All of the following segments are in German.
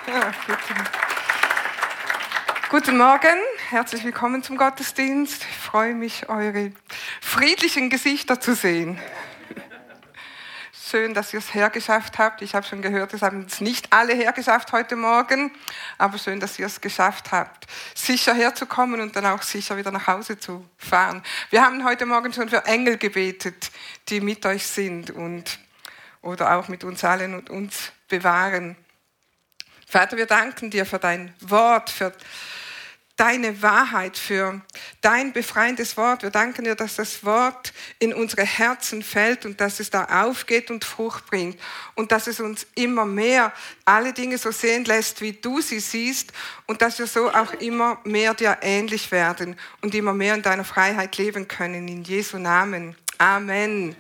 Ja, guten Morgen, herzlich willkommen zum Gottesdienst. Ich freue mich, eure friedlichen Gesichter zu sehen. Schön, dass ihr es hergeschafft habt. Ich habe schon gehört, es haben es nicht alle hergeschafft heute Morgen, aber schön, dass ihr es geschafft habt, sicher herzukommen und dann auch sicher wieder nach Hause zu fahren. Wir haben heute Morgen schon für Engel gebetet, die mit euch sind oder auch mit uns allen und uns bewahren. Vater, wir danken dir für dein Wort, für deine Wahrheit, für dein befreiendes Wort. Wir danken dir, dass das Wort in unsere Herzen fällt und dass es da aufgeht und Frucht bringt und dass es uns immer mehr alle Dinge so sehen lässt, wie du sie siehst und dass wir so auch immer mehr dir ähnlich werden und immer mehr in deiner Freiheit leben können. In Jesu Namen. Amen.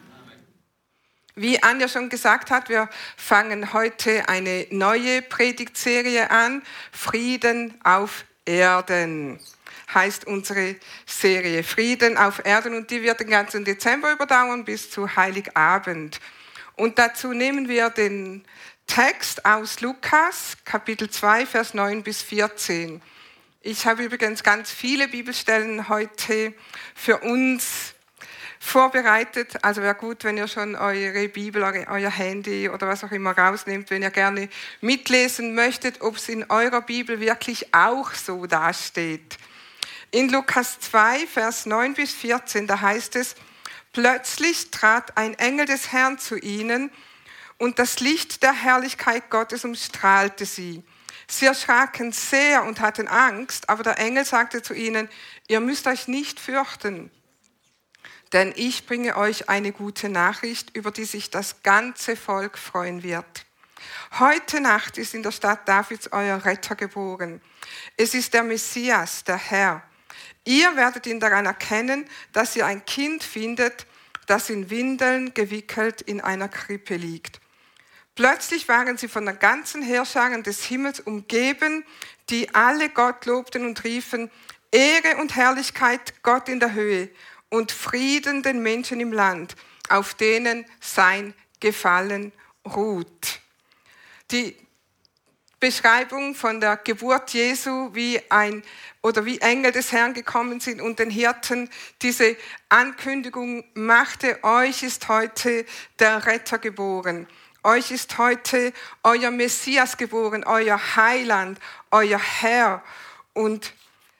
Wie Anja schon gesagt hat, wir fangen heute eine neue Predigtserie an. Frieden auf Erden heißt unsere Serie. Frieden auf Erden, und die wird den ganzen Dezember überdauern bis zu Heiligabend. Und dazu nehmen wir den Text aus Lukas, Kapitel 2, Vers 9 bis 14. Ich habe übrigens ganz viele Bibelstellen heute für uns vorbereitet. Also wäre gut, wenn ihr schon eure Bibel, euer Handy oder was auch immer rausnehmt, wenn ihr gerne mitlesen möchtet, ob es in eurer Bibel wirklich auch so dasteht. In Lukas 2, Vers 9 bis 14, da heißt es: Plötzlich trat ein Engel des Herrn zu ihnen, und das Licht der Herrlichkeit Gottes umstrahlte sie. Sie erschraken sehr und hatten Angst, aber der Engel sagte zu ihnen: Ihr müsst euch nicht fürchten. Denn ich bringe euch eine gute Nachricht, über die sich das ganze Volk freuen wird. Heute Nacht ist in der Stadt Davids euer Retter geboren. Es ist der Messias, der Herr. Ihr werdet ihn daran erkennen, dass ihr ein Kind findet, das in Windeln gewickelt in einer Krippe liegt. Plötzlich waren sie von der ganzen Heerscharen des Himmels umgeben, die alle Gott lobten und riefen: Ehre und Herrlichkeit Gott in der Höhe und Frieden den Menschen im Land, auf denen sein Gefallen ruht. Die Beschreibung von der Geburt Jesu, wie Engel des Herrn gekommen sind und den Hirten diese Ankündigung machte: Euch ist heute der Retter geboren. Euch ist heute euer Messias geboren, euer Heiland, euer Herr. Und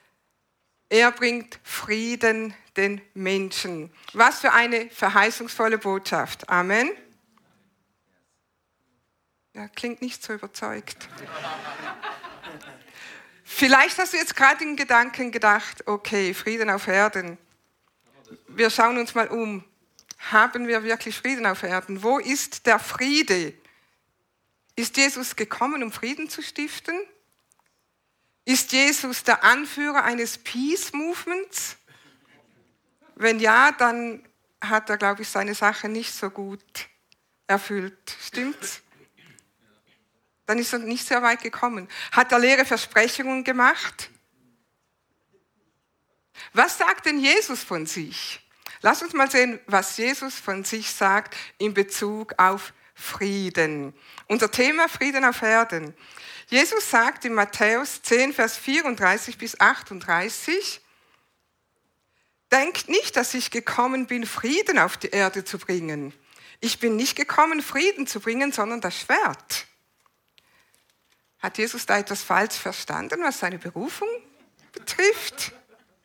er bringt Frieden den Menschen. Was für eine verheißungsvolle Botschaft. Amen. Ja, klingt nicht so überzeugt. Vielleicht hast du jetzt gerade in Gedanken gedacht: Okay, Frieden auf Erden. Wir schauen uns mal um. Haben wir wirklich Frieden auf Erden? Wo ist der Friede? Ist Jesus gekommen, um Frieden zu stiften? Ist Jesus der Anführer eines Peace-Movements? Wenn ja, dann hat er, glaube ich, seine Sache nicht so gut erfüllt. Stimmt's? Dann ist er nicht sehr weit gekommen. Hat er leere Versprechungen gemacht? Was sagt denn Jesus von sich? Lass uns mal sehen, was Jesus von sich sagt in Bezug auf Frieden. Unser Thema: Frieden auf Erden. Jesus sagt in Matthäus 10, Vers 34 bis 38: Denkt nicht, dass ich gekommen bin, Frieden auf die Erde zu bringen. Ich bin nicht gekommen, Frieden zu bringen, sondern das Schwert. Hat Jesus da etwas falsch verstanden, was seine Berufung betrifft?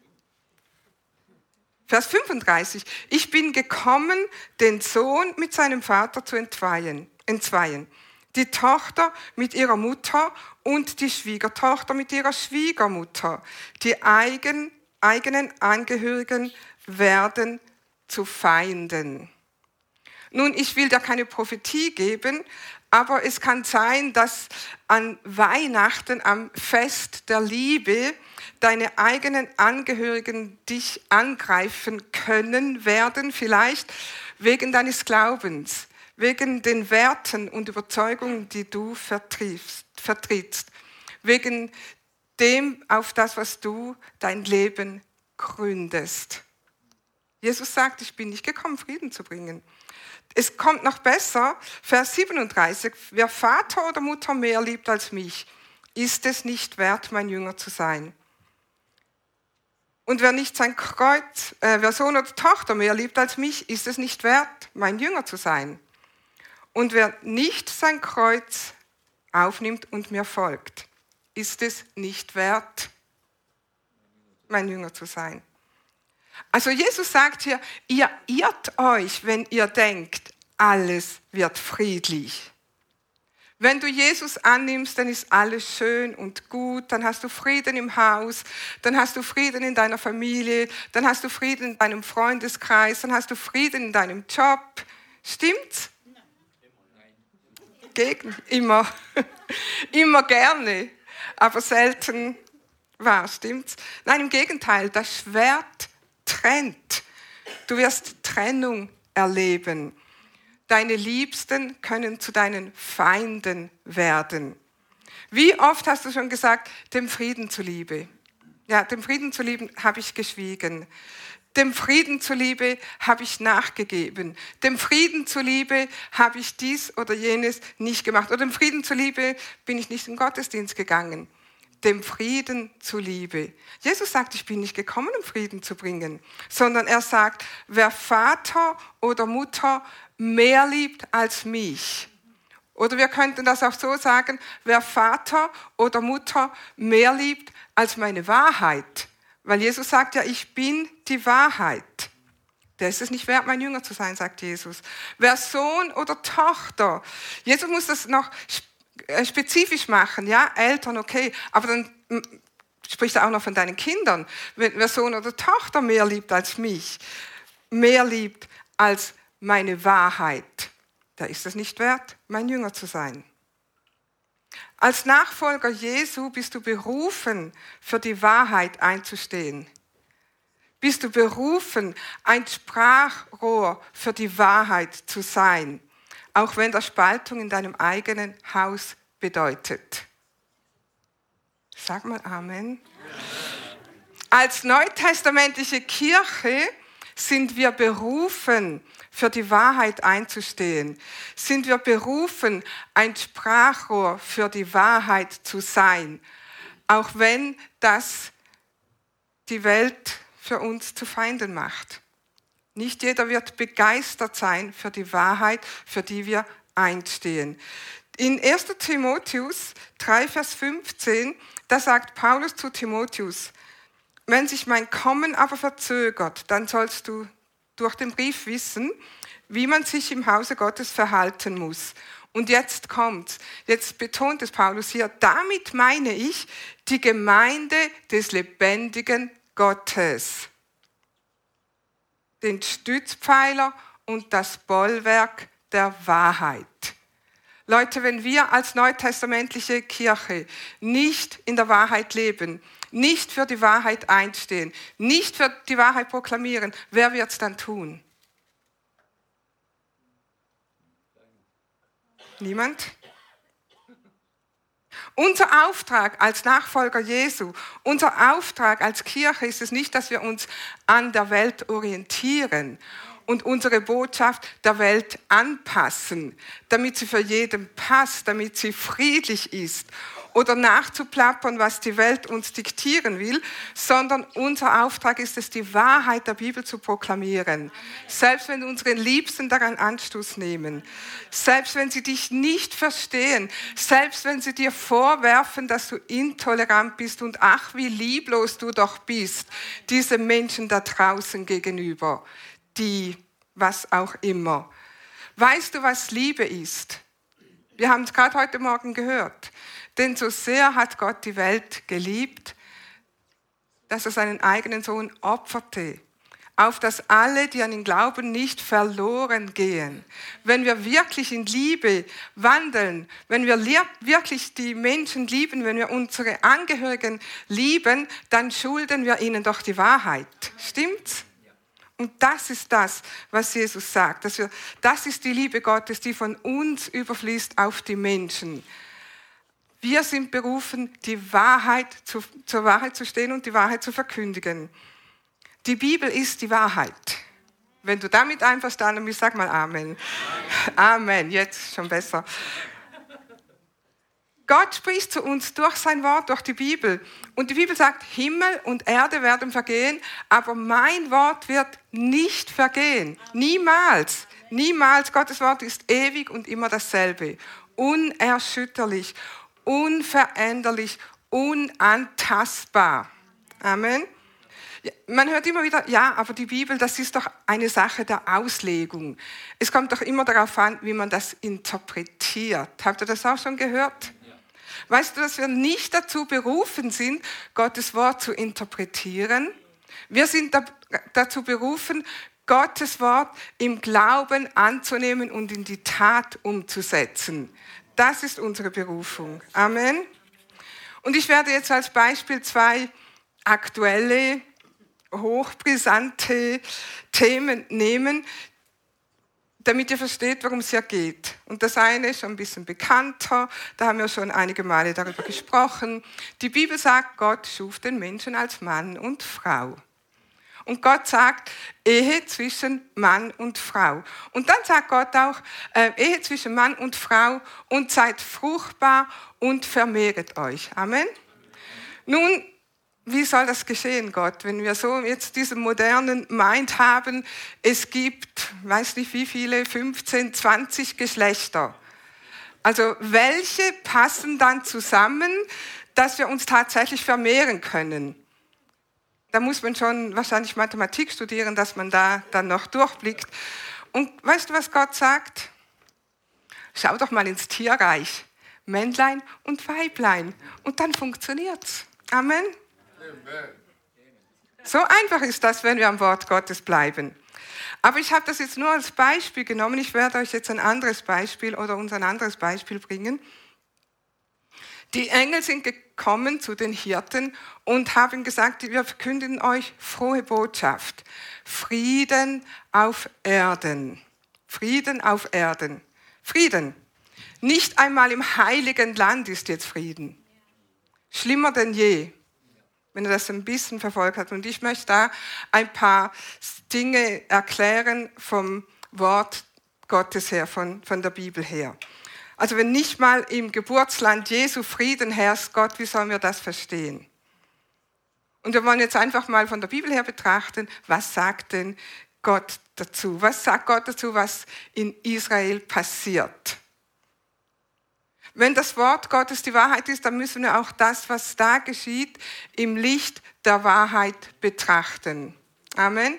Vers 35. Ich bin gekommen, den Sohn mit seinem Vater zu entzweien. Die Tochter mit ihrer Mutter und die Schwiegertochter mit ihrer Schwiegermutter. Die eigenen Angehörigen werden zu Feinden. Nun, ich will da keine Prophetie geben, aber es kann sein, dass an Weihnachten, am Fest der Liebe, deine eigenen Angehörigen dich angreifen können, werden vielleicht wegen deines Glaubens, wegen den Werten und Überzeugungen, die du vertrittst, wegen dem, auf das, was du dein Leben gründest. Jesus sagt: Ich bin nicht gekommen, Frieden zu bringen. Es kommt noch besser, Vers 37, wer Vater oder Mutter mehr liebt als mich ist es nicht wert, mein Jünger zu sein. Und wer nicht sein Kreuz, wer Sohn oder Tochter mehr liebt als mich, ist es nicht wert, mein Jünger zu sein. Und wer nicht sein Kreuz aufnimmt und mir folgt, ist es nicht wert, mein Jünger zu sein. Also Jesus sagt hier, ihr irrt euch, wenn ihr denkt, alles wird friedlich. Wenn du Jesus annimmst, dann ist alles schön und gut, dann hast du Frieden im Haus, dann hast du Frieden in deiner Familie, dann hast du Frieden in deinem Freundeskreis, dann hast du Frieden in deinem Job. Stimmt's? Immer. Immer gerne, aber selten wahr, stimmt's? Nein, im Gegenteil, das Schwert trennt. Du wirst Trennung erleben. Deine Liebsten können zu deinen Feinden werden. Wie oft hast du schon gesagt, dem Frieden zuliebe? Ja, dem Frieden zuliebe habe ich geschwiegen. Dem Frieden zuliebe habe ich nachgegeben. Dem Frieden zuliebe habe ich dies oder jenes nicht gemacht. Oder dem Frieden zuliebe bin ich nicht in den Gottesdienst gegangen. Dem Frieden zuliebe. Jesus sagt, ich bin nicht gekommen, um Frieden zu bringen, sondern er sagt, wer Vater oder Mutter mehr liebt als mich. Oder wir könnten das auch so sagen, wer Vater oder Mutter mehr liebt als meine Wahrheit. Weil Jesus sagt ja, ich bin die Wahrheit. Der ist es nicht wert, mein Jünger zu sein, sagt Jesus. Wer Sohn oder Tochter, Jesus muss das noch spezifisch machen, ja, Eltern, okay, aber dann spricht er auch noch von deinen Kindern. Wer Sohn oder Tochter mehr liebt als mich, mehr liebt als meine Wahrheit, da ist es nicht wert, mein Jünger zu sein. Als Nachfolger Jesu bist du berufen, für die Wahrheit einzustehen. Bist du berufen, ein Sprachrohr für die Wahrheit zu sein, auch wenn das Spaltung in deinem eigenen Haus bedeutet. Sag mal Amen. Als neutestamentliche Kirche sind wir berufen, für die Wahrheit einzustehen. Sind wir berufen, ein Sprachrohr für die Wahrheit zu sein, auch wenn das die Welt für uns zu Feinden macht. Nicht jeder wird begeistert sein für die Wahrheit, für die wir einstehen. In 1. Timotheus 3, Vers 15, da sagt Paulus zu Timotheus, wenn sich mein Kommen aber verzögert, dann sollst du durch den Brief wissen, wie man sich im Hause Gottes verhalten muss. Und jetzt kommt's, jetzt betont es Paulus hier, damit meine ich die Gemeinde des lebendigen Gottes, den Stützpfeiler und das Bollwerk der Wahrheit. Leute, wenn wir als neutestamentliche Kirche nicht in der Wahrheit leben, nicht für die Wahrheit einstehen, nicht für die Wahrheit proklamieren, wer wird es dann tun? Niemand? Unser Auftrag als Nachfolger Jesu, unser Auftrag als Kirche ist es nicht, dass wir uns an der Welt orientieren und unsere Botschaft der Welt anpassen, damit sie für jeden passt, damit sie friedlich ist oder nachzuplappern, was die Welt uns diktieren will, sondern unser Auftrag ist es, die Wahrheit der Bibel zu proklamieren. Selbst wenn unsere Liebsten daran Anstoß nehmen, selbst wenn sie dich nicht verstehen, selbst wenn sie dir vorwerfen, dass du intolerant bist und ach, wie lieblos du doch bist, diese Menschen da draußen gegenüber, die, was auch immer. Weißt du, was Liebe ist? Wir haben es gerade heute Morgen gehört. Denn so sehr hat Gott die Welt geliebt, dass er seinen eigenen Sohn opferte, auf dass alle, die an ihn glauben, nicht verloren gehen. Wenn wir wirklich in Liebe wandeln, wenn wir wirklich die Menschen lieben, wenn wir unsere Angehörigen lieben, dann schulden wir ihnen doch die Wahrheit. Stimmt's? Und das ist das, was Jesus sagt. Das ist die Liebe Gottes, die von uns überfließt auf die Menschen. Wir sind berufen, zur Wahrheit zu stehen und die Wahrheit zu verkündigen. Die Bibel ist die Wahrheit. Wenn du damit einverstanden bist, sag mal Amen. Amen, jetzt schon besser. Gott spricht zu uns durch sein Wort, durch die Bibel. Und die Bibel sagt, Himmel und Erde werden vergehen, aber mein Wort wird nicht vergehen. Niemals. Niemals. Gottes Wort ist ewig und immer dasselbe. Unerschütterlich, unveränderlich, unantastbar. Amen. Man hört immer wieder, ja, aber die Bibel, das ist doch eine Sache der Auslegung. Es kommt doch immer darauf an, wie man das interpretiert. Habt ihr das auch schon gehört? Weißt du, dass wir nicht dazu berufen sind, Gottes Wort zu interpretieren? Wir sind dazu berufen, Gottes Wort im Glauben anzunehmen und in die Tat umzusetzen. Das ist unsere Berufung. Amen. Und ich werde jetzt als Beispiel 2 aktuelle, hochbrisante Themen nehmen, damit ihr versteht, worum es hier geht. Und das eine ist schon ein bisschen bekannter, da haben wir schon einige Male darüber gesprochen. Die Bibel sagt, Gott schuf den Menschen als Mann und Frau. Und Gott sagt, Ehe zwischen Mann und Frau. Und dann sagt Gott auch, Ehe zwischen Mann und Frau und seid fruchtbar und vermehret euch. Amen. Nun, wie soll das geschehen, Gott, wenn wir so jetzt diesen modernen Mind haben, es gibt, weiß nicht wie viele, 15, 20 Geschlechter. Also welche passen dann zusammen, dass wir uns tatsächlich vermehren können? Da muss man schon wahrscheinlich Mathematik studieren, dass man da dann noch durchblickt. Und weißt du, was Gott sagt? Schau doch mal ins Tierreich. Männlein und Weiblein. Und dann funktioniert's. Amen. So einfach ist das, wenn wir am Wort Gottes bleiben. Aber ich habe das jetzt nur als Beispiel genommen. Ich werde euch jetzt ein anderes Beispiel oder uns ein anderes Beispiel bringen. Die Engel sind gekommen zu den Hirten und haben gesagt, wir verkünden euch frohe Botschaft. Frieden auf Erden. Frieden auf Erden. Frieden. Nicht einmal im heiligen Land ist jetzt Frieden. Schlimmer denn je, wenn ihr das ein bisschen verfolgt habt. Und ich möchte da ein paar Dinge erklären vom Wort Gottes her, von der Bibel her. Also wenn nicht mal im Geburtsland Jesu Frieden herrscht, Gott, wie sollen wir das verstehen? Und wir wollen jetzt einfach mal von der Bibel her betrachten, was sagt denn Gott dazu? Was sagt Gott dazu, was in Israel passiert? Wenn das Wort Gottes die Wahrheit ist, dann müssen wir auch das, was da geschieht, im Licht der Wahrheit betrachten. Amen.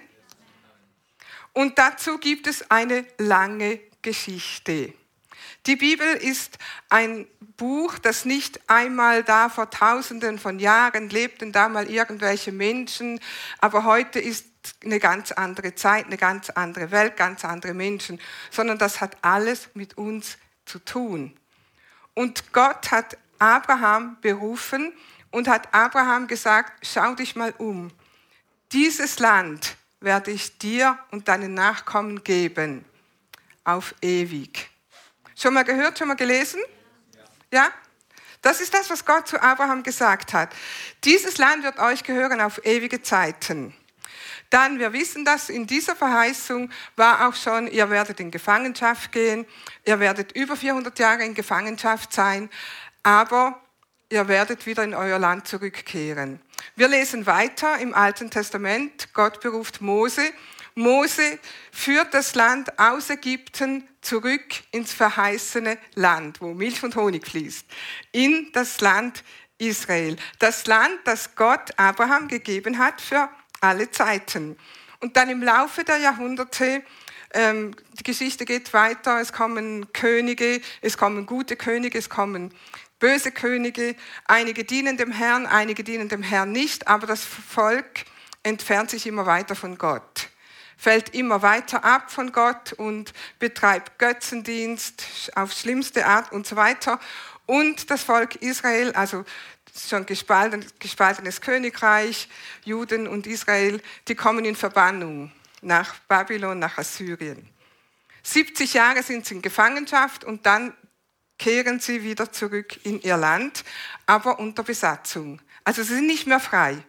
Und dazu gibt es eine lange Geschichte. Die Bibel ist ein Buch, das nicht einmal da vor Tausenden von Jahren lebten, da mal irgendwelche Menschen, aber heute ist eine ganz andere Zeit, eine ganz andere Welt, ganz andere Menschen, sondern das hat alles mit uns zu tun. Und Gott hat Abraham berufen und hat Abraham gesagt, schau dich mal um. Dieses Land werde ich dir und deinen Nachkommen geben, auf ewig. Schon mal gehört, schon mal gelesen? Ja? Das ist das, was Gott zu Abraham gesagt hat. Dieses Land wird euch gehören auf ewige Zeiten. Dann, wir wissen das, in dieser Verheißung war auch schon, ihr werdet in Gefangenschaft gehen, ihr werdet über 400 Jahre in Gefangenschaft sein, aber ihr werdet wieder in euer Land zurückkehren. Wir lesen weiter im Alten Testament, Gott beruft Mose. Mose führt das Land aus Ägypten zurück ins verheißene Land, wo Milch und Honig fließt, in das Land Israel. Das Land, das Gott Abraham gegeben hat für alle Zeiten. Und dann im Laufe der Jahrhunderte, die Geschichte geht weiter, es kommen Könige, es kommen gute Könige, es kommen böse Könige, einige dienen dem Herrn, einige dienen dem Herrn nicht, aber das Volk entfernt sich immer weiter von Gott, fällt immer weiter ab von Gott und betreibt Götzendienst auf schlimmste Art und so weiter. Und das Volk Israel, also schon gespaltenes Königreich, Juden und Israel, die kommen in Verbannung nach Babylon, nach Assyrien. 70 Jahre sind sie in Gefangenschaft und dann kehren sie wieder zurück in ihr Land, aber unter Besatzung. Also sie sind nicht mehr frei.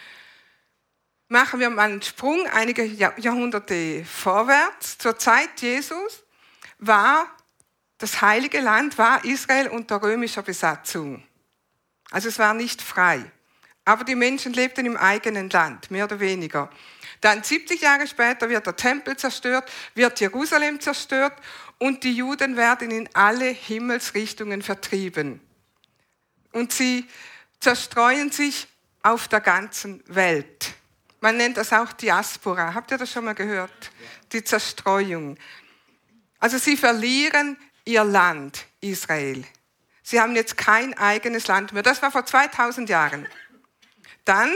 Machen wir mal einen Sprung, einige Jahrhunderte vorwärts. Zur Zeit Jesus war das Heilige Land war Israel unter römischer Besatzung. Also es war nicht frei. Aber die Menschen lebten im eigenen Land, mehr oder weniger. Dann 70 Jahre später wird der Tempel zerstört, wird Jerusalem zerstört und die Juden werden in alle Himmelsrichtungen vertrieben. Und sie zerstreuen sich auf der ganzen Welt. Man nennt das auch Diaspora. Habt ihr das schon mal gehört? Die Zerstreuung. Also sie verlieren ihr Land, Israel. Sie haben jetzt kein eigenes Land mehr. Das war vor 2000 Jahren. Dann,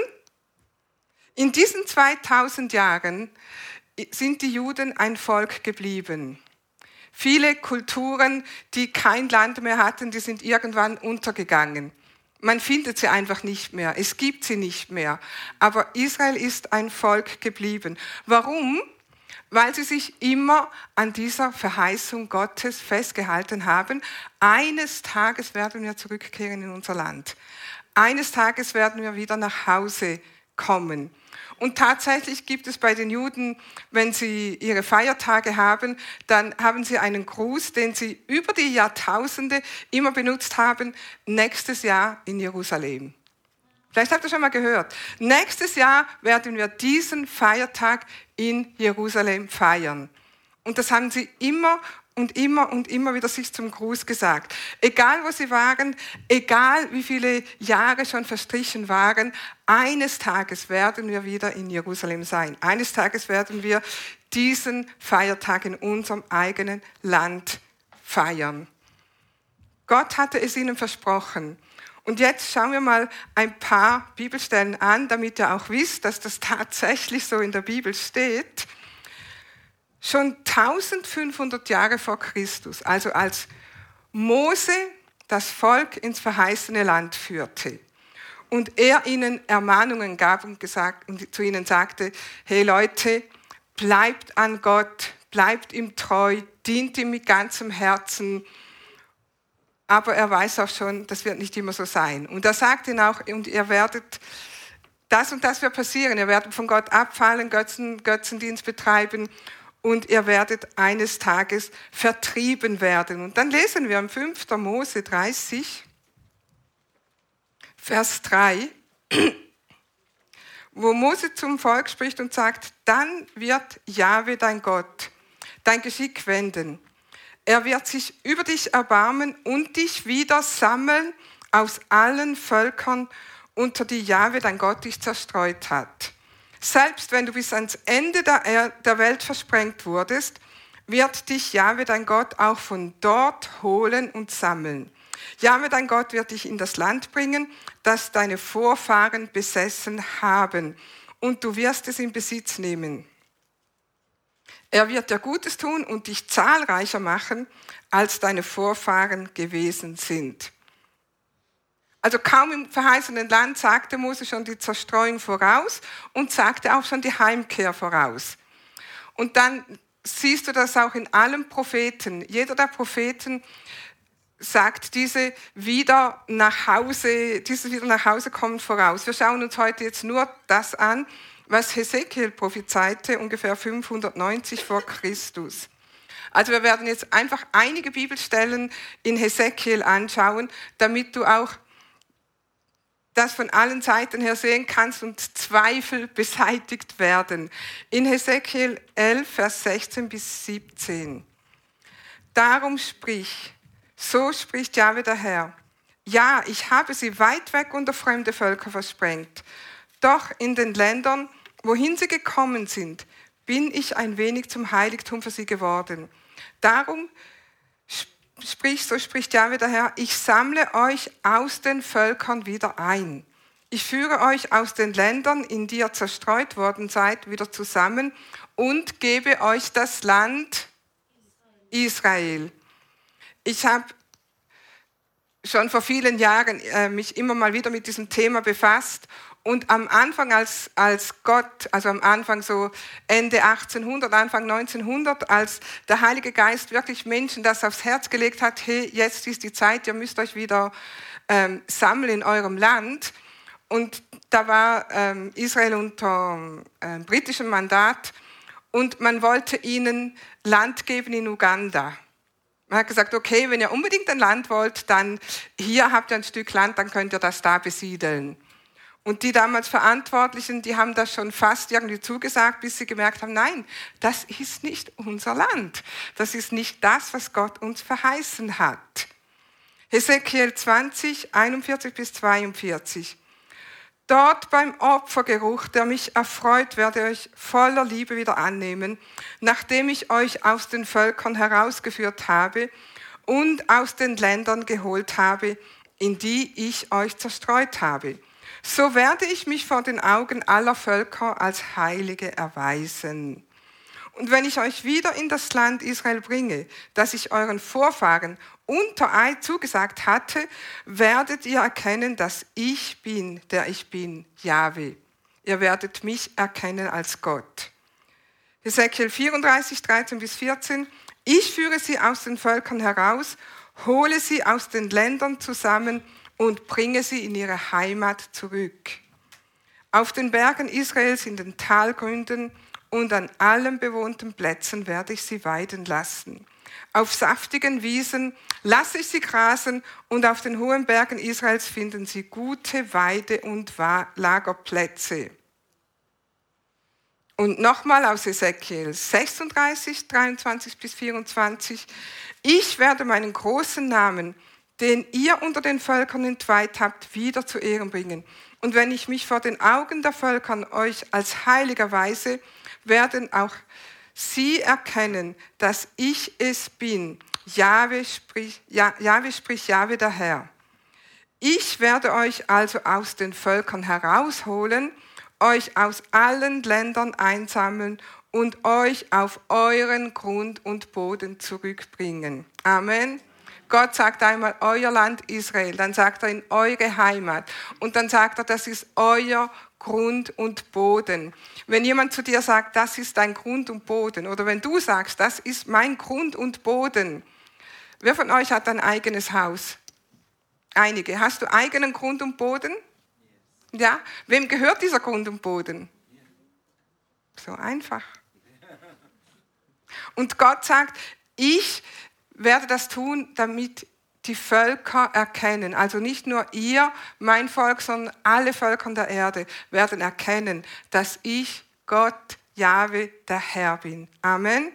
in diesen 2000 Jahren, sind die Juden ein Volk geblieben. Viele Kulturen, die kein Land mehr hatten, die sind irgendwann untergegangen. Man findet sie einfach nicht mehr. Es gibt sie nicht mehr. Aber Israel ist ein Volk geblieben. Warum? Weil sie sich immer an dieser Verheißung Gottes festgehalten haben. Eines Tages werden wir zurückkehren in unser Land. Eines Tages werden wir wieder nach Hause kommen. Und tatsächlich gibt es bei den Juden, wenn sie ihre Feiertage haben, dann haben sie einen Gruß, den sie über die Jahrtausende immer benutzt haben, nächstes Jahr in Jerusalem. Vielleicht habt ihr schon mal gehört. Nächstes Jahr werden wir diesen Feiertag in Jerusalem feiern. Und das haben sie immer und immer wieder sich zum Gruß gesagt. Egal wo sie waren, egal wie viele Jahre schon verstrichen waren, eines Tages werden wir wieder in Jerusalem sein. Eines Tages werden wir diesen Feiertag in unserem eigenen Land feiern. Gott hatte es ihnen versprochen. Und jetzt schauen wir mal ein paar Bibelstellen an, damit ihr auch wisst, dass das tatsächlich so in der Bibel steht. Schon 1500 Jahre vor Christus, also als Mose das Volk ins verheißene Land führte und er ihnen Ermahnungen gab und zu ihnen sagte, hey Leute, bleibt an Gott, bleibt ihm treu, dient ihm mit ganzem Herzen, aber er weiß auch schon, das wird nicht immer so sein. Und er sagt ihnen auch, und ihr werdet, das und das wird passieren, ihr werdet von Gott abfallen, Götzendienst betreiben, und ihr werdet eines Tages vertrieben werden. Und dann lesen wir im 5. Mose 30, Vers 3, wo Mose zum Volk spricht und sagt, dann wird Jahwe dein Gott dein Geschick wenden. Er wird sich über dich erbarmen und dich wieder sammeln aus allen Völkern, unter die Jahwe dein Gott dich zerstreut hat. Selbst wenn du bis ans Ende der Welt versprengt wurdest, wird dich Jahwe dein Gott auch von dort holen und sammeln. Jahwe dein Gott wird dich in das Land bringen, das deine Vorfahren besessen haben, und du wirst es in Besitz nehmen. Er wird dir Gutes tun und dich zahlreicher machen, als deine Vorfahren gewesen sind. Also kaum im verheißenen Land sagte Mose schon die Zerstreuung voraus und sagte auch schon die Heimkehr voraus. Und dann siehst du das auch in allen Propheten. Jeder der Propheten sagt dieses wieder nach Hause kommen voraus. Wir schauen uns heute jetzt nur das an, was Hesekiel prophezeite, ungefähr 590 vor Christus. Also wir werden jetzt einfach einige Bibelstellen in Hesekiel anschauen, damit du auch das von allen Seiten her sehen kannst und Zweifel beseitigt werden. In Hesekiel 11, Vers 16 bis 17. Darum so spricht Jahwe der Herr. Ja, ich habe sie weit weg unter fremde Völker versprengt. Doch in den Ländern, wohin sie gekommen sind, bin ich ein wenig zum Heiligtum für sie geworden. Darum so spricht Jahwe der Herr, ich sammle euch aus den Völkern wieder ein. Ich führe euch aus den Ländern, in die ihr zerstreut worden seid, wieder zusammen und gebe euch das Land Israel. Ich habe schon vor vielen Jahren mich immer mal wieder mit diesem Thema befasst. Und am Anfang, als Gott, also am Anfang so Ende 1800, Anfang 1900, als der Heilige Geist wirklich Menschen das aufs Herz gelegt hat, hey, jetzt ist die Zeit, ihr müsst euch wieder sammeln in eurem Land. Und da war Israel unter britischem Mandat und man wollte ihnen Land geben in Uganda. Man hat gesagt, okay, wenn ihr unbedingt ein Land wollt, dann hier habt ihr ein Stück Land, dann könnt ihr das da besiedeln. Und die damals Verantwortlichen, die haben das schon fast irgendwie zugesagt, bis sie gemerkt haben, nein, das ist nicht unser Land. Das ist nicht das, was Gott uns verheißen hat. Hesekiel 20, 41 bis 42. Dort beim Opfergeruch, der mich erfreut, werde ich euch voller Liebe wieder annehmen, nachdem ich euch aus den Völkern herausgeführt habe und aus den Ländern geholt habe, in die ich euch zerstreut habe. So werde ich mich vor den Augen aller Völker als Heilige erweisen. Und wenn ich euch wieder in das Land Israel bringe, das ich euren Vorfahren unter Eid zugesagt hatte, werdet ihr erkennen, dass ich bin, der ich bin, Jahwe. Ihr werdet mich erkennen als Gott. Hesekiel 34, 13 bis 14. Ich führe sie aus den Völkern heraus, hole sie aus den Ländern zusammen und bringe sie in ihre Heimat zurück. Auf den Bergen Israels, in den Talgründen und an allen bewohnten Plätzen werde ich sie weiden lassen. Auf saftigen Wiesen lasse ich sie grasen und auf den hohen Bergen Israels finden sie gute Weide- und Lagerplätze. Und nochmal aus Hesekiel 36, 23 bis 24. Ich werde meinen großen Namen, den ihr unter den Völkern entweiht habt, wieder zu Ehren bringen. Und wenn ich mich vor den Augen der Völker euch als heilig erweise, werden auch sie erkennen, dass ich es bin. Jahwe spricht Jahwe der Herr. Ich werde euch also aus den Völkern herausholen, euch aus allen Ländern einsammeln und euch auf euren Grund und Boden zurückbringen. Amen. Gott sagt einmal euer Land Israel, dann sagt er in eure Heimat und dann sagt er, das ist euer Grund und Boden. Wenn jemand zu dir sagt, das ist dein Grund und Boden, oder wenn du sagst, das ist mein Grund und Boden, wer von euch hat ein eigenes Haus? Einige. Hast du eigenen Grund und Boden? Ja. Wem gehört dieser Grund und Boden? So einfach. Und Gott sagt, ich werde das tun, damit die Völker erkennen, also nicht nur ihr, mein Volk, sondern alle Völker der Erde werden erkennen, dass ich Gott, Jahwe, der Herr bin. Amen.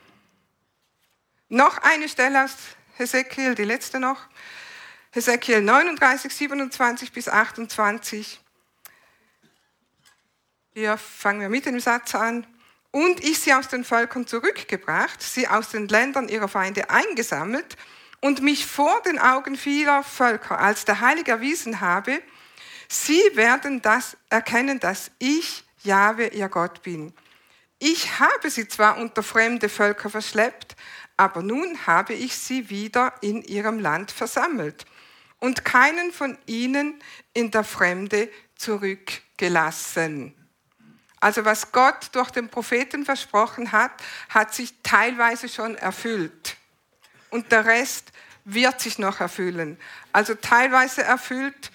Noch eine Stelle aus Hesekiel, die letzte noch. Hesekiel 39, 27 bis 28. Hier fangen wir mit dem Satz an. Und ich sie aus den Völkern zurückgebracht, sie aus den Ländern ihrer Feinde eingesammelt und mich vor den Augen vieler Völker als der Heilige erwiesen habe, sie werden das erkennen, dass ich, Jahwe, ihr Gott bin. Ich habe sie zwar unter fremde Völker verschleppt, aber nun habe ich sie wieder in ihrem Land versammelt und keinen von ihnen in der Fremde zurückgelassen. Also was Gott durch den Propheten versprochen hat, hat sich teilweise schon erfüllt. Und der Rest wird sich noch erfüllen. Also teilweise erfüllt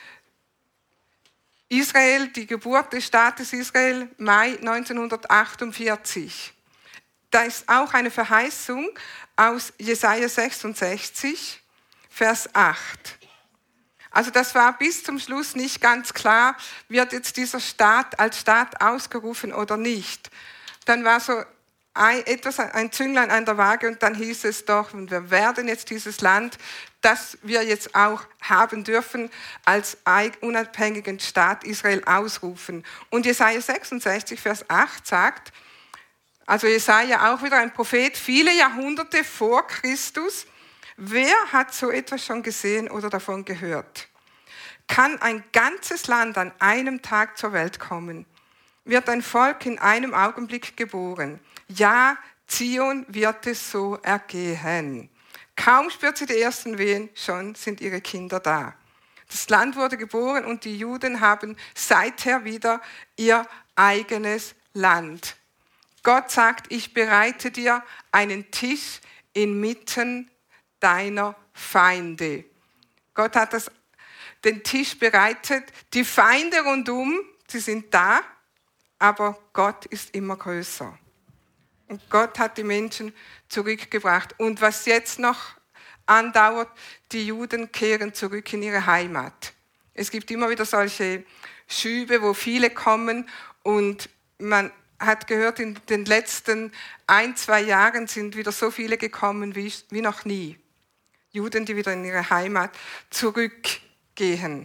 Israel, die Geburt des Staates Israel, Mai 1948. Da ist auch eine Verheißung aus Jesaja 66, Vers 8. Also das war bis zum Schluss nicht ganz klar, wird jetzt dieser Staat als Staat ausgerufen oder nicht. Dann war so ein Zünglein an der Waage und dann hieß es doch, wir werden jetzt dieses Land, das wir jetzt auch haben dürfen, als unabhängigen Staat Israel ausrufen. Und Jesaja 66, Vers 8 sagt, also Jesaja auch wieder ein Prophet, viele Jahrhunderte vor Christus, wer hat so etwas schon gesehen oder davon gehört? Kann ein ganzes Land an einem Tag zur Welt kommen? Wird ein Volk in einem Augenblick geboren? Ja, Zion wird es so ergehen. Kaum spürt sie die ersten Wehen, schon sind ihre Kinder da. Das Land wurde geboren und die Juden haben seither wieder ihr eigenes Land. Gott sagt, ich bereite dir einen Tisch inmitten deiner Feinde. Gott hat den Tisch bereitet. Die Feinde rundum, sie sind da, aber Gott ist immer größer. Und Gott hat die Menschen zurückgebracht. Und was jetzt noch andauert, die Juden kehren zurück in ihre Heimat. Es gibt immer wieder solche Schübe, wo viele kommen und man hat gehört, in den letzten 1-2 Jahren sind wieder so viele gekommen wie noch nie. Juden, die wieder in ihre Heimat zurückgehen.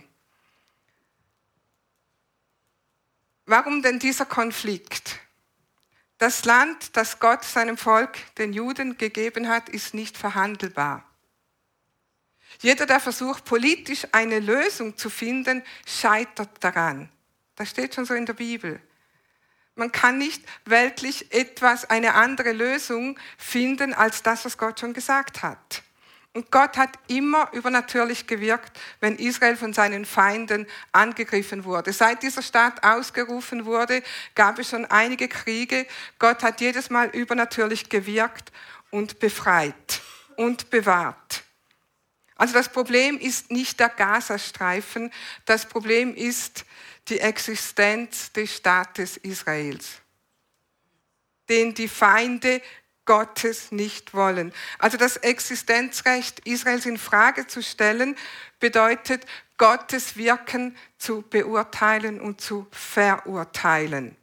Warum denn dieser Konflikt? Das Land, das Gott seinem Volk, den Juden, gegeben hat, ist nicht verhandelbar. Jeder, der versucht, politisch eine Lösung zu finden, scheitert daran. Das steht schon so in der Bibel. Man kann nicht weltlich eine andere Lösung finden, als das, was Gott schon gesagt hat. Und Gott hat immer übernatürlich gewirkt, wenn Israel von seinen Feinden angegriffen wurde. Seit dieser Staat ausgerufen wurde, gab es schon einige Kriege. Gott hat jedes Mal übernatürlich gewirkt und befreit und bewahrt. Also das Problem ist nicht der Gazastreifen, das Problem ist die Existenz des Staates Israels, den die Feinde Gottes nicht wollen. Also das Existenzrecht Israels in Frage zu stellen, bedeutet, Gottes Wirken zu beurteilen und zu verurteilen.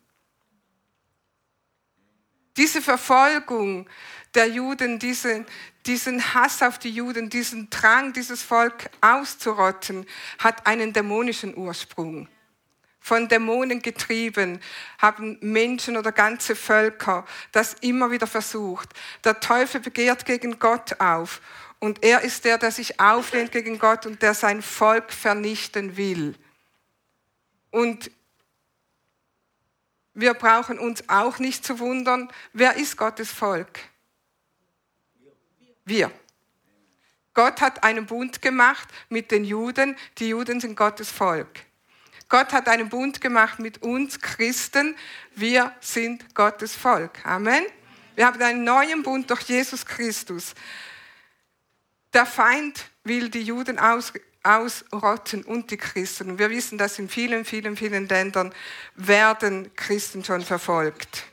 Diese Verfolgung der Juden, diesen Hass auf die Juden, diesen Drang, dieses Volk auszurotten, hat einen dämonischen Ursprung. Von Dämonen getrieben, haben Menschen oder ganze Völker das immer wieder versucht. Der Teufel begehrt gegen Gott auf und er ist der sich auflehnt gegen Gott und der sein Volk vernichten will. Und wir brauchen uns auch nicht zu wundern, wer ist Gottes Volk? Wir. Gott hat einen Bund gemacht mit den Juden, die Juden sind Gottes Volk. Gott hat einen Bund gemacht mit uns Christen. Wir sind Gottes Volk. Amen. Wir haben einen neuen Bund durch Jesus Christus. Der Feind will die Juden ausrotten und die Christen. Und wir wissen, dass in vielen, vielen, vielen Ländern werden Christen schon verfolgt.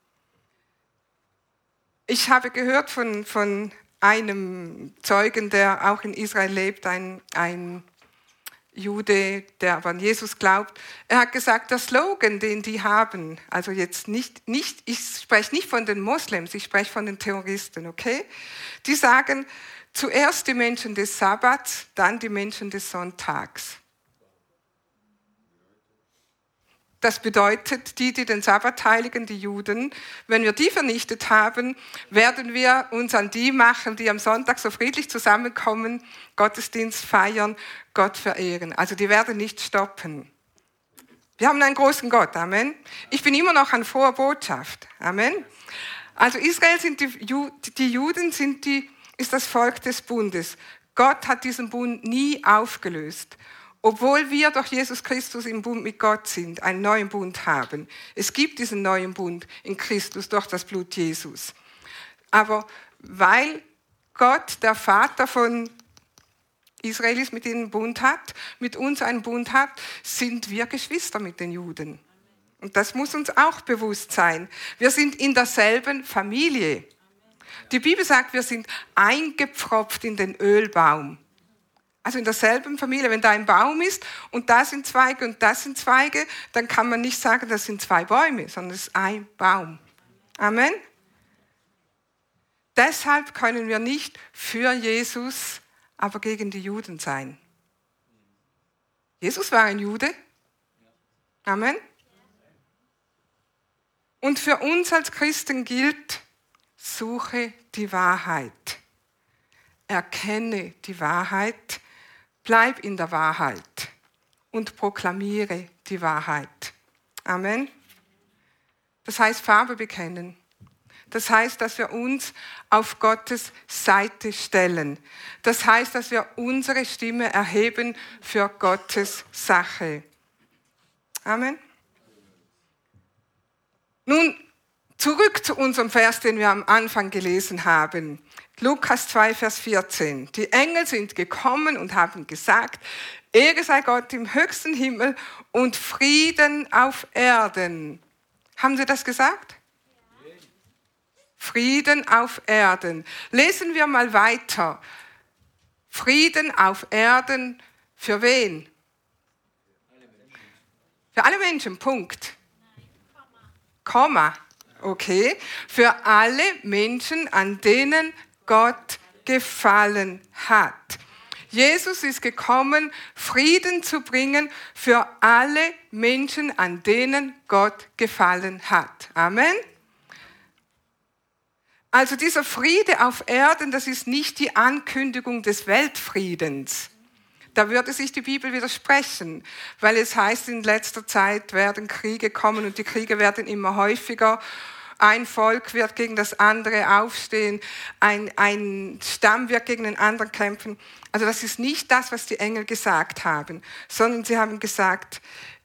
Ich habe gehört von einem Zeugen, der auch in Israel lebt, ein Jude, der aber an Jesus glaubt, er hat gesagt, der Slogan, den die haben, also jetzt nicht, ich spreche nicht von den Moslems, ich spreche von den Terroristen, okay? Die sagen, zuerst die Menschen des Sabbats, dann die Menschen des Sonntags. Das bedeutet, die den Sabbat heiligen, die Juden, wenn wir die vernichtet haben, werden wir uns an die machen, die am Sonntag so friedlich zusammenkommen, Gottesdienst feiern, Gott verehren. Also die werden nicht stoppen. Wir haben einen großen Gott, Amen. Ich bin immer noch an froher Botschaft, Amen. Also Israel sind die Juden ist das Volk des Bundes. Gott hat diesen Bund nie aufgelöst. Obwohl wir durch Jesus Christus im Bund mit Gott sind, einen neuen Bund haben. Es gibt diesen neuen Bund in Christus durch das Blut Jesus. Aber weil Gott, der Vater von Israelis, mit ihnen einen Bund hat, mit uns einen Bund hat, sind wir Geschwister mit den Juden. Und das muss uns auch bewusst sein. Wir sind in derselben Familie. Die Bibel sagt, wir sind eingepfropft in den Ölbaum. Also in derselben Familie, wenn da ein Baum ist und da sind Zweige und das sind Zweige, dann kann man nicht sagen, das sind 2 Bäume, sondern es ist ein Baum. Amen. Deshalb können wir nicht für Jesus, aber gegen die Juden sein. Jesus war ein Jude. Amen. Und für uns als Christen gilt, suche die Wahrheit. Erkenne die Wahrheit. Bleib in der Wahrheit und proklamiere die Wahrheit. Amen. Das heißt Farbe bekennen. Das heißt, dass wir uns auf Gottes Seite stellen. Das heißt, dass wir unsere Stimme erheben für Gottes Sache. Amen. Nun, zurück zu unserem Vers, den wir am Anfang gelesen haben. Lukas 2, Vers 14. Die Engel sind gekommen und haben gesagt, Ehre sei Gott im höchsten Himmel und Frieden auf Erden. Haben sie das gesagt? Frieden auf Erden. Lesen wir mal weiter. Frieden auf Erden für wen? Für alle Menschen, Punkt. Komma. Okay. Für alle Menschen, an denen Gott gefallen hat. Jesus ist gekommen, Frieden zu bringen für alle Menschen, an denen Gott gefallen hat. Amen. Also dieser Friede auf Erden, das ist nicht die Ankündigung des Weltfriedens. Da würde sich die Bibel widersprechen, weil es heißt, in letzter Zeit werden Kriege kommen und die Kriege werden immer häufiger. Ein Volk wird gegen das andere aufstehen, ein Stamm wird gegen den anderen kämpfen. Also das ist nicht das, was die Engel gesagt haben, sondern sie haben gesagt,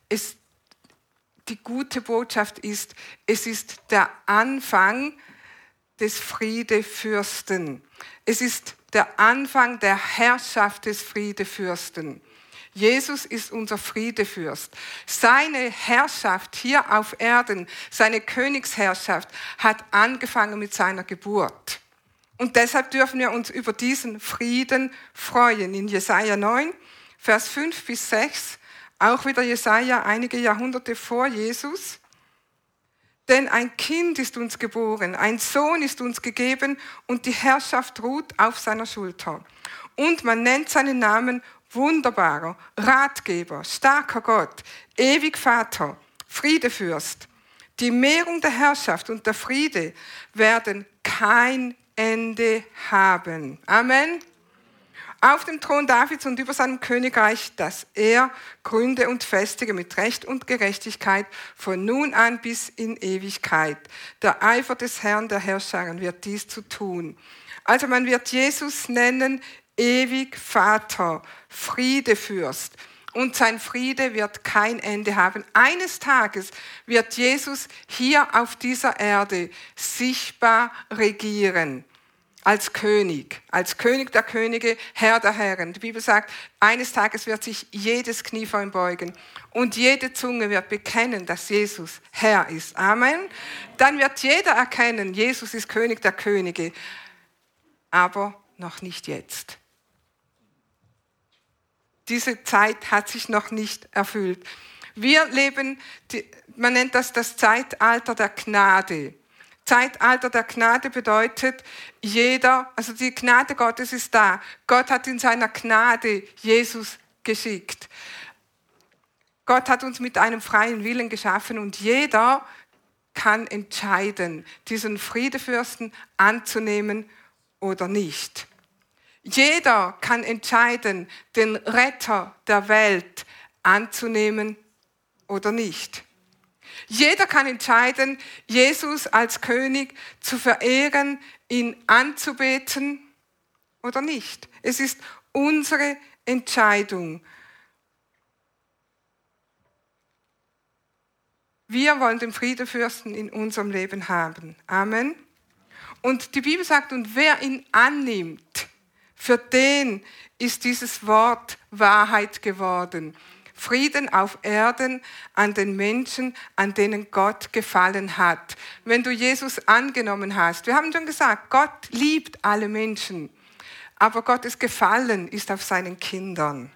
die gute Botschaft ist, es ist der Anfang des Friedefürsten. Es ist der Anfang der Herrschaft des Friedefürsten. Jesus ist unser Friedefürst. Seine Herrschaft hier auf Erden, seine Königsherrschaft hat angefangen mit seiner Geburt. Und deshalb dürfen wir uns über diesen Frieden freuen. In Jesaja 9, Vers 5 bis 6, auch wieder Jesaja, einige Jahrhunderte vor Jesus. Denn ein Kind ist uns geboren, ein Sohn ist uns gegeben und die Herrschaft ruht auf seiner Schulter. Und man nennt seinen Namen Wunderbarer, Ratgeber, starker Gott, ewig Vater, Friedefürst. Die Mehrung der Herrschaft und der Friede werden kein Ende haben. Amen. Auf dem Thron Davids und über seinem Königreich, das er gründe und festige mit Recht und Gerechtigkeit von nun an bis in Ewigkeit. Der Eifer des Herrn der Herrscher wird dies zu tun. Also man wird Jesus nennen, ewig Vater, Friedefürst. Und sein Friede wird kein Ende haben. Eines Tages wird Jesus hier auf dieser Erde sichtbar regieren. Als König der Könige, Herr der Herren. Die Bibel sagt, eines Tages wird sich jedes Knie vor ihm beugen und jede Zunge wird bekennen, dass Jesus Herr ist. Amen. Dann wird jeder erkennen, Jesus ist König der Könige, aber noch nicht jetzt. Diese Zeit hat sich noch nicht erfüllt. Wir leben, man nennt das Zeitalter der Gnade. Zeitalter der Gnade bedeutet, also die Gnade Gottes ist da. Gott hat in seiner Gnade Jesus geschickt. Gott hat uns mit einem freien Willen geschaffen und jeder kann entscheiden, diesen Friedefürsten anzunehmen oder nicht. Jeder kann entscheiden, den Retter der Welt anzunehmen oder nicht. Jeder kann entscheiden, Jesus als König zu verehren, ihn anzubeten oder nicht. Es ist unsere Entscheidung. Wir wollen den Friedefürsten in unserem Leben haben. Amen. Und die Bibel sagt, und wer ihn annimmt, für den ist dieses Wort Wahrheit geworden. Frieden auf Erden an den Menschen, an denen Gott gefallen hat. Wenn du Jesus angenommen hast, wir haben schon gesagt, Gott liebt alle Menschen, aber Gottes Gefallen ist auf seinen Kindern.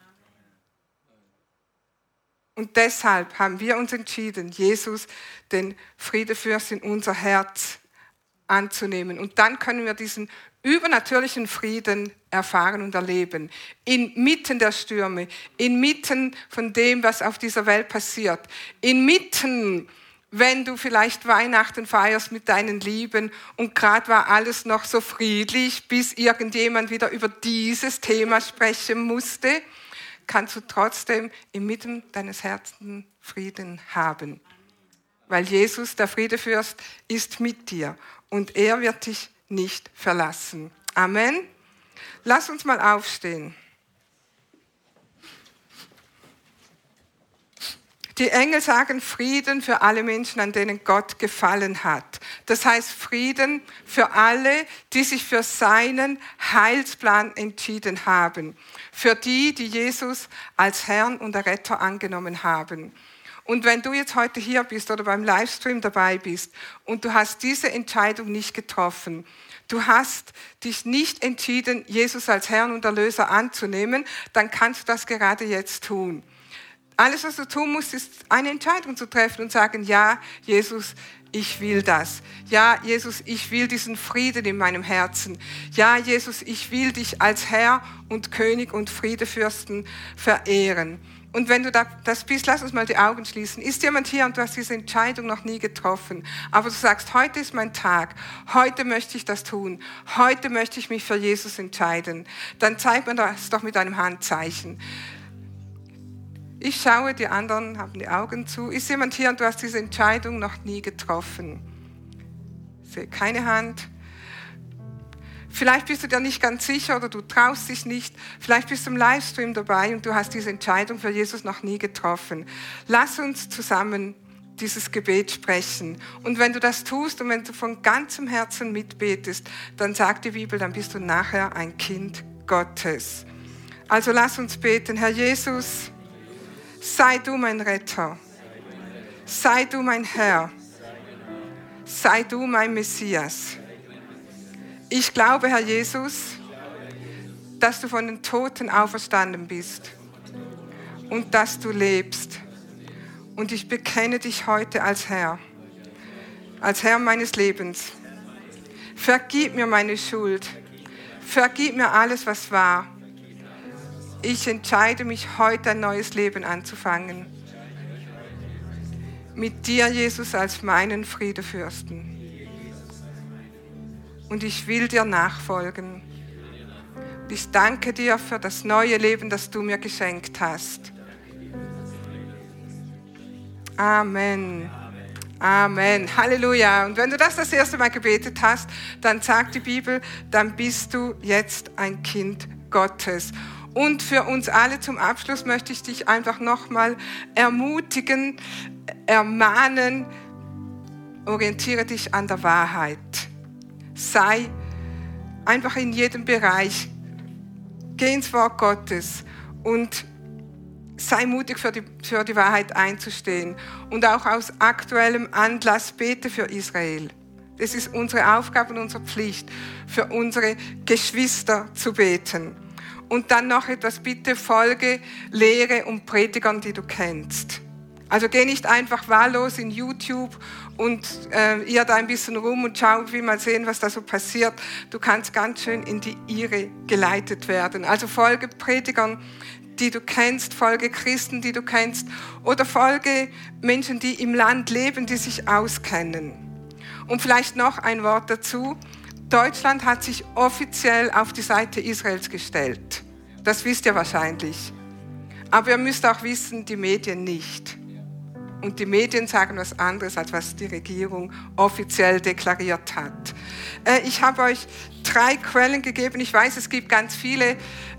Und deshalb haben wir uns entschieden, Jesus, den Friedefürst, in unser Herz anzunehmen. Und dann können wir diesen übernatürlichen Frieden erfahren und erleben. Inmitten der Stürme, inmitten von dem, was auf dieser Welt passiert. Inmitten, wenn du vielleicht Weihnachten feierst mit deinen Lieben und gerade war alles noch so friedlich, bis irgendjemand wieder über dieses Thema sprechen musste, kannst du trotzdem inmitten deines Herzens Frieden haben. Weil Jesus, der Friedefürst, ist mit dir und er wird dich nicht verlassen. Amen. Lass uns mal aufstehen. Die Engel sagen Frieden für alle Menschen, an denen Gott gefallen hat. Das heißt Frieden für alle, die sich für seinen Heilsplan entschieden haben. Für die, die Jesus als Herrn und Retter angenommen haben. Und wenn du jetzt heute hier bist oder beim Livestream dabei bist und du hast diese Entscheidung nicht getroffen, du hast dich nicht entschieden, Jesus als Herrn und Erlöser anzunehmen, dann kannst du das gerade jetzt tun. Alles, was du tun musst, ist eine Entscheidung zu treffen und sagen, ja, Jesus, ich will das. Ja, Jesus, ich will diesen Frieden in meinem Herzen. Ja, Jesus, ich will dich als Herr und König und Friedefürsten verehren. Und wenn du das bist, lass uns mal die Augen schließen. Ist jemand hier und du hast diese Entscheidung noch nie getroffen, aber du sagst, heute ist mein Tag, heute möchte ich das tun, heute möchte ich mich für Jesus entscheiden, dann zeig mir das doch mit einem Handzeichen. Ich schaue, die anderen haben die Augen zu. Ist jemand hier und du hast diese Entscheidung noch nie getroffen? Ich sehe keine Hand. Vielleicht bist du dir nicht ganz sicher oder du traust dich nicht. Vielleicht bist du im Livestream dabei und du hast diese Entscheidung für Jesus noch nie getroffen. Lass uns zusammen dieses Gebet sprechen. Und wenn du das tust und wenn du von ganzem Herzen mitbetest, dann sagt die Bibel, dann bist du nachher ein Kind Gottes. Also lass uns beten. Herr Jesus, sei du mein Retter, sei du mein Herr, sei du mein Messias. Ich glaube, Herr Jesus, dass du von den Toten auferstanden bist und dass du lebst. Und ich bekenne dich heute als Herr meines Lebens. Vergib mir meine Schuld, vergib mir alles, was war. Ich entscheide mich heute ein neues Leben anzufangen. Mit dir, Jesus, als meinen Friedefürsten. Und ich will dir nachfolgen. Und ich danke dir für das neue Leben, das du mir geschenkt hast. Amen. Amen. Halleluja. Und wenn du das erste Mal gebetet hast, dann sagt die Bibel, dann bist du jetzt ein Kind Gottes. Und für uns alle zum Abschluss möchte ich dich einfach nochmal ermutigen, ermahnen, orientiere dich an der Wahrheit. Sei einfach in jedem Bereich, geh ins Wort Gottes und sei mutig für die Wahrheit einzustehen. Und auch aus aktuellem Anlass bete für Israel. Das ist unsere Aufgabe und unsere Pflicht, für unsere Geschwister zu beten. Und dann noch etwas, bitte folge Lehre und Predigern, die du kennst. Also geh nicht einfach wahllos in YouTube und irr da ein bisschen rum und schau, wie mal sehen, was da so passiert. Du kannst ganz schön in die Irre geleitet werden. Also folge Predigern, die du kennst, folge Christen, die du kennst oder folge Menschen, die im Land leben, die sich auskennen. Und vielleicht noch ein Wort dazu. Deutschland hat sich offiziell auf die Seite Israels gestellt. Das wisst ihr wahrscheinlich. Aber ihr müsst auch wissen, die Medien nicht. Und die Medien sagen was anderes, als was die Regierung offiziell deklariert hat. Ich habe euch 3 Quellen gegeben. Ich weiß, es gibt ganz viele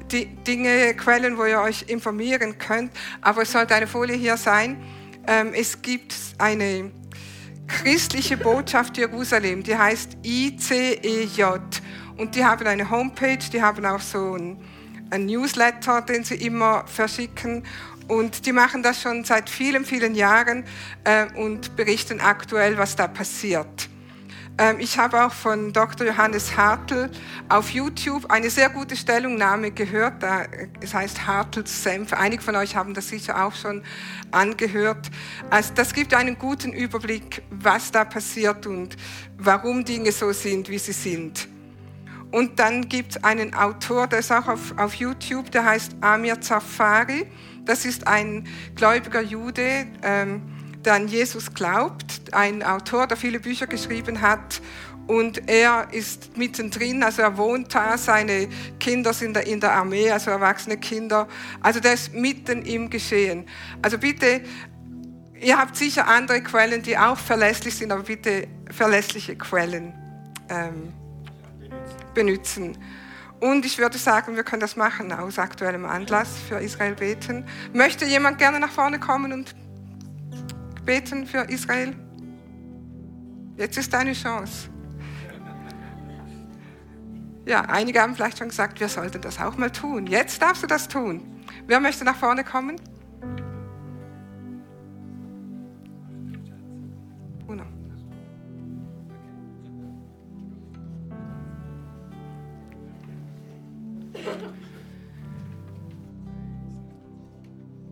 Quellen, wo ihr euch informieren könnt. Aber es sollte eine Folie hier sein. Es gibt eine christliche Botschaft Jerusalem, die heißt ICEJ. Und die haben eine Homepage, die haben auch so ein Newsletter, den sie immer verschicken. Und die machen das schon seit vielen, vielen Jahren und berichten aktuell, was da passiert. Ich habe auch von Dr. Johannes Hartl auf YouTube eine sehr gute Stellungnahme gehört. Es heißt Hartls Senf. Einige von euch haben das sicher auch schon angehört. Also das gibt einen guten Überblick, was da passiert und warum Dinge so sind, wie sie sind. Und dann gibt es einen Autor, der ist auch auf YouTube, der heißt Amir Zafari. Das ist ein gläubiger Jude, der an Jesus glaubt, ein Autor, der viele Bücher geschrieben hat. Und er ist mittendrin, also er wohnt da, seine Kinder sind in der Armee, also erwachsene Kinder. Also der ist mitten im Geschehen. Also bitte, ihr habt sicher andere Quellen, die auch verlässlich sind, aber bitte verlässliche Quellen benutzen. Und ich würde sagen, wir können das machen aus aktuellem Anlass für Israel beten. Möchte jemand gerne nach vorne kommen und beten für Israel? Jetzt ist deine Chance. Ja, einige haben vielleicht schon gesagt, wir sollten das auch mal tun. Jetzt darfst du das tun. Wer möchte nach vorne kommen?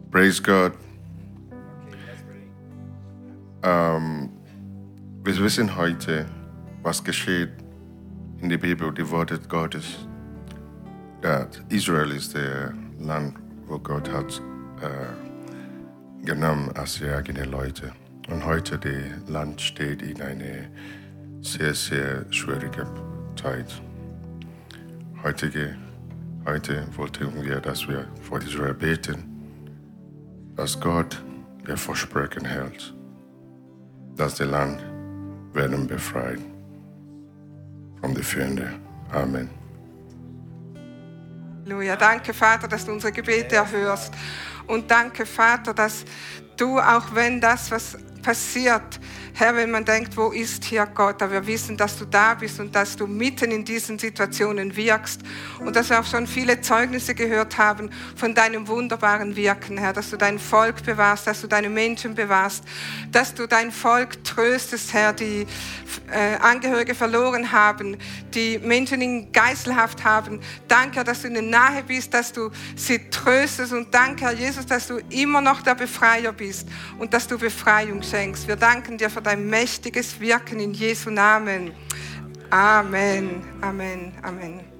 Praise God. Wir wissen heute, was geschieht in der Bibel, die Worte Gottes. Dass Israel ist das Land, wo Gott hat genommen als seine eigenen Leute. Und heute das Land steht in einer sehr, sehr schwierigen Zeit. Heute wollten wir, dass wir vor Israel beten, dass Gott ihr Versprechen hält, dass das Land werden befreit von den Feinden. Amen. Halleluja. Danke, Vater, dass du unsere Gebete erhörst. Und danke, Vater, dass du, auch wenn das, was passiert, Herr, wenn man denkt, wo ist hier Gott, aber wir wissen, dass du da bist und dass du mitten in diesen Situationen wirkst und dass wir auch schon viele Zeugnisse gehört haben von deinem wunderbaren Wirken, Herr, dass du dein Volk bewahrst, dass du deine Menschen bewahrst, dass du dein Volk tröstest, Herr, die Angehörige verloren haben, die Menschen in Geiselhaft haben. Danke, Herr, dass du ihnen nahe bist, dass du sie tröstest und danke, Herr Jesus, dass du immer noch der Befreier bist und dass du Befreiung schenkst. Wir danken dir für dein mächtiges Wirken in Jesu Namen. Amen, Amen, Amen.